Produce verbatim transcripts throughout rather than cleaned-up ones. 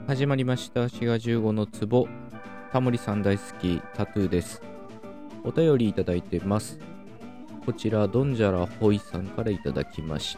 始まりました。しがじゅうごの壺。タモリさん大好きタトゥーです。お便りいただいてます。こちらドンジャラホイさんからいただきました。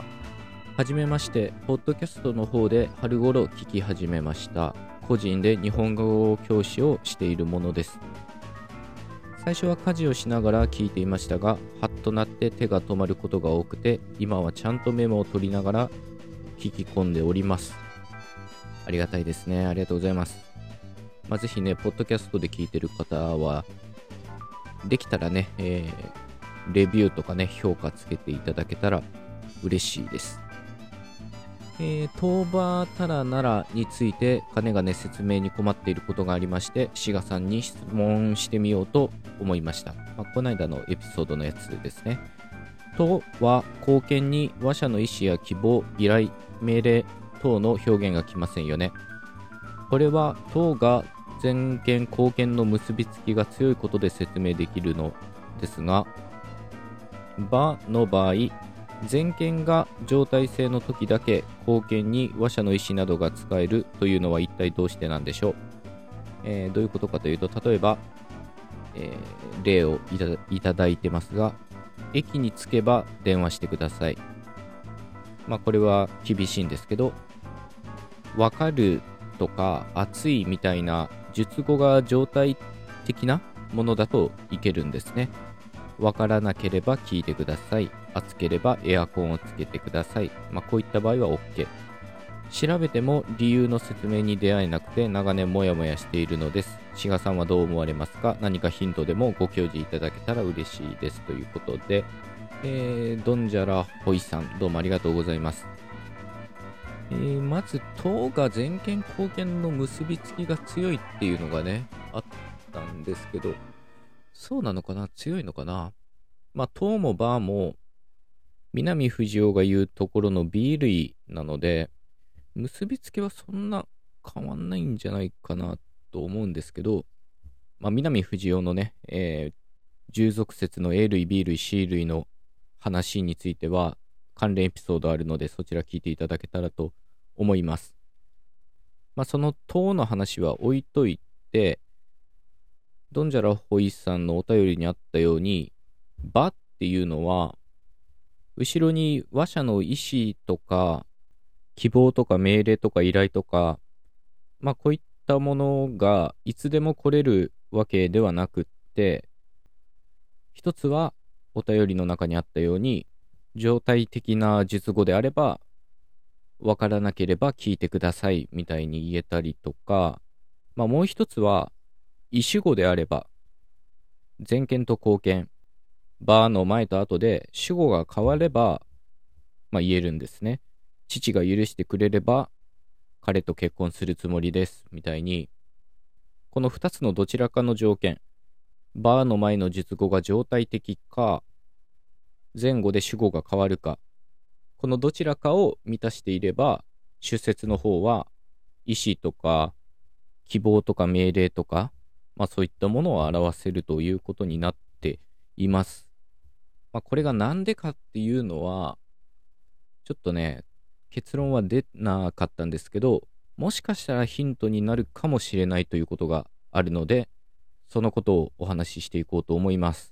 はじめまして。ポッドキャストの方で春頃聞き始めました。個人で日本語教師をしているものです。最初は家事をしながら聞いていましたが、ハッとなって手が止まることが多くて、今はちゃんとメモを取りながら聞き込んでおります。ありがたいですね。ありがとうございます。まあ、ぜひね、ポッドキャストで聞いてる方は、できたらね、えー、レビューとかね、評価つけていただけたら嬉しいです。えー、トーバータラナラについて、金がね、説明に困っていることがありまして、シガさんに質問してみようと思いました。まあ、この間のエピソードのやつですね。とは、後見に話者の意思や希望、依頼、命令等の表現が来ませんよね。これは、等が前見後見の結びつきが強いことで説明できるのですが、場の場合、前見が状態性の時だけ後見に話者の意思などが使えるというのは一体どうしてなんでしょう。えー、どういうことかというと、例えば、えー、例をいただ、いただいてますが、駅に着けば電話してください。まあこれは厳しいんですけど、わかるとか熱いみたいな述語が状態的なものだといけるんですね。わからなければ聞いてください。暑ければエアコンをつけてください。まあこういった場合は OK。調べても理由の説明に出会えなくて長年モヤモヤしているのです。志賀さんはどう思われますか？何かヒントでもご教示いただけたら嬉しいですということで、えー、ドンジャラホイさん、どうもありがとうございます。えー、まず、党が前見後見の結びつきが強いっていうのがね、あったんですけど、そうなのかな？強いのかな？まあ、党もバーも、南藤夫が言うところの B 類なので、結びつきはそんな変わんないんじゃないかなと思うんですけど、まあ、南藤夫のね、えー、従属説の A 類、B 類、C 類の話については、関連エピソードあるので、そちら聞いていただけたらと思います。まあ、その党の話は置いといて、ドンジャラホイさんのお便りにあったように、場っていうのは、後ろに話者の意思とか、希望とか命令とか依頼とか、まあこういったものがいつでも来れるわけではなくって、一つはお便りの中にあったように、状態的な述語であれば、わからなければ聞いてくださいみたいに言えたりとか、まあもう一つは、意主語であれば、前見と後見、場の前と後で主語が変われば、まあ言えるんですね。父が許してくれれば、彼と結婚するつもりです、みたいに、この二つのどちらかの条件、場の前の述語が状態的か、前後で主語が変わるか、このどちらかを満たしていれば、主説の方は、意思とか、希望とか命令とか、まあそういったものを表せるということになっています。まあこれがなんでかっていうのは、ちょっとね、結論は出なかったんですけど、もしかしたらヒントになるかもしれないということがあるので、そのことをお話ししていこうと思います。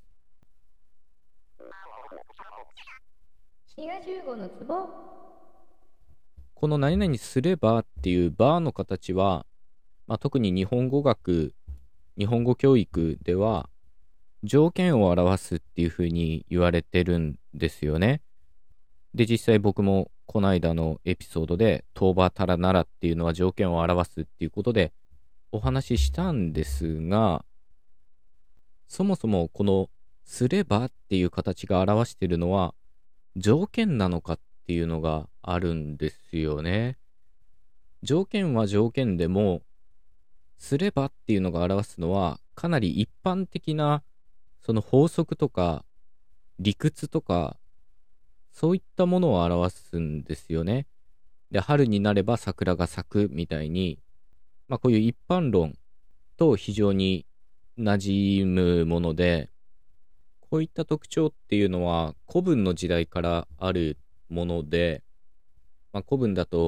しがじゅうごの壺。 この何々すればっていうバーの形は、まあ、特に日本語学、日本語教育では条件を表すっていうふうに言われてるんですよね。で、実際僕もこの間のエピソードで、トーバータラナラっていうのは条件を表すっていうことでお話ししたんですが、そもそもこのすればっていう形が表しているのは条件なのかっていうのがあるんですよね。条件は条件でも、すればっていうのが表すのはかなり一般的なその法則とか理屈とかそういったものを表すんですよね。で、春になれば桜が咲くみたいに、まあこういう一般論と非常に馴染むもので、こういった特徴っていうのは古文の時代からあるもので、まあ、古文だと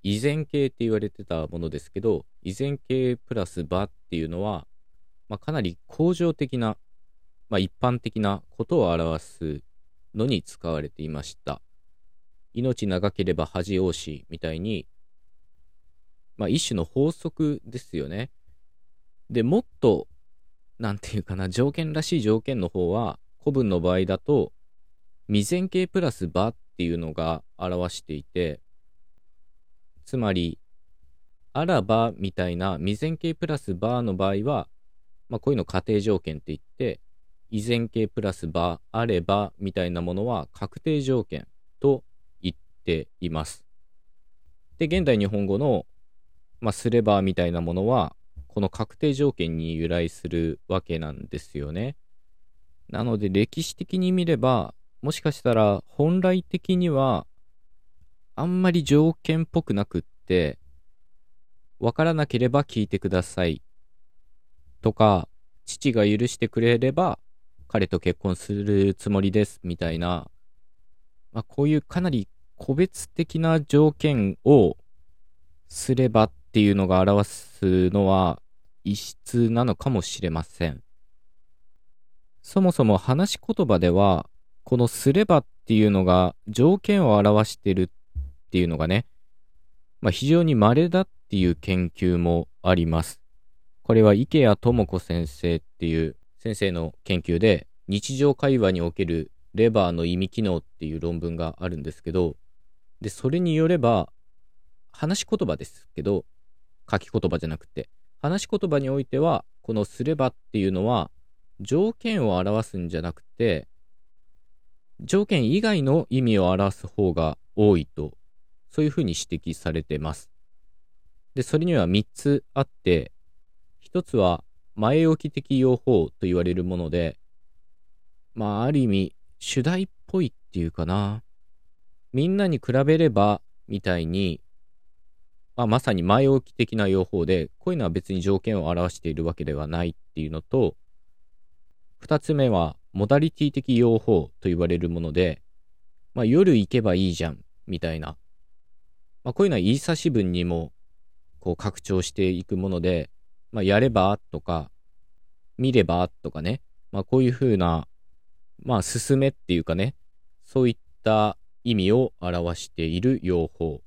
依然形って言われてたものですけど、依然形プラス場っていうのは、まあ、かなり恒常的な、まあ、一般的なことを表すのに使われていました。命長ければ恥多しみたいに、まあ、一種の法則ですよね。で、もっと、なんていうかな、条件らしい条件の方は、古文の場合だと、未然形プラス場っていうのが表していて、つまり、あらばみたいな未然形プラス場の場合は、まあ、こういうの仮定条件って言って、依然形プラス場あればみたいなものは確定条件と言っています。で、現代日本語の、まあ、すればみたいなものは、この確定条件に由来するわけなんですよね。なので歴史的に見れば、もしかしたら本来的にはあんまり条件っぽくなくって、わからなければ聞いてくださいとか、父が許してくれれば彼と結婚するつもりですみたいな、まあ、こういうかなり個別的な条件をすればっていうのが表すのは異質なのかもしれません。そもそも話し言葉では、このすればっていうのが条件を表してるっていうのがね、まあ、非常に稀だっていう研究もあります。これは池谷智子先生っていう先生の研究で、日常会話におけるレバーの意味機能っていう論文があるんですけど、で、それによれば、話し言葉ですけど、書き言葉じゃなくて、話し言葉においては、このすればっていうのは、条件を表すんじゃなくて、条件以外の意味を表す方が多いと、そういうふうに指摘されてます。で、それにはみっつあって、ひとつは前置き的用法と言われるもので、まあ、ある意味、主題っぽいっていうかな。みんなに比べれば、みたいに、まあ、まさに前置き的な用法で、こういうのは別に条件を表しているわけではないっていうのと、二つ目は、モダリティ的用法と言われるもので、まあ、夜行けばいいじゃん、みたいな。まあ、こういうのは言い差し文にも、こう拡張していくもので、まあ、やればとか、見ればとかね、まあ、こういうふうな、まあ、進めっていうかね、そういった意味を表している用法。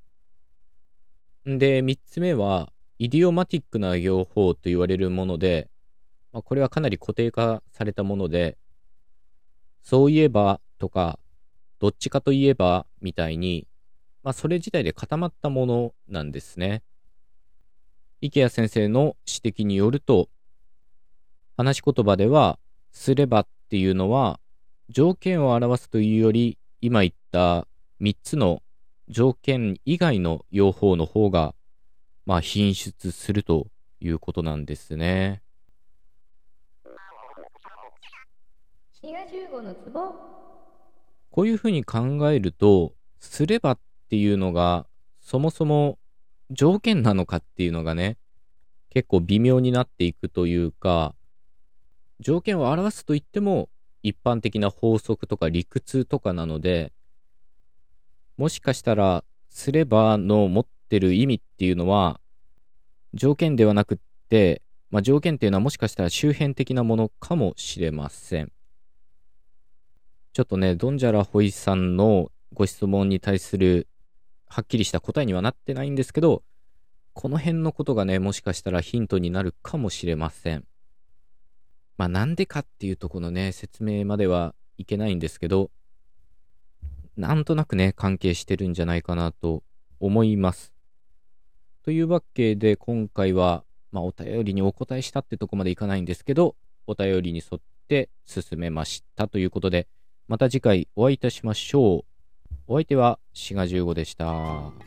で、三つ目は、イディオマティックな用法と言われるもので、まあ、これはかなり固定化されたもので、そういえばとか、どっちかといえばみたいに、まあ、それ自体で固まったものなんですね。池谷先生の指摘によると、話し言葉では、すればっていうのは、条件を表すというより、今言ったみっつの条件以外の用法の方が、まあ、品質するということなんですね。 滋賀じゅうごの壺。 こういうふうに考えると、すればっていうのが、そもそも条件なのかっていうのがね、結構微妙になっていくというか、条件を表すといっても、一般的な法則とか理屈とかなので、もしかしたら、すればの持ってる意味っていうのは、条件ではなくって、まあ、条件っていうのはもしかしたら周辺的なものかもしれません。ちょっとね、ドンジャラホイさんのご質問に対するはっきりした答えにはなってないんですけど、この辺のことがね、もしかしたらヒントになるかもしれません。まあなんでかっていうとこのね、説明まではいけないんですけど、なんとなくね、関係してるんじゃないかなと思います。というわけで今回は、まあお便りにお答えしたってとこまでいかないんですけど、お便りに沿って進めましたということで、また次回お会いいたしましょう。お相手は滋賀じゅうごでした。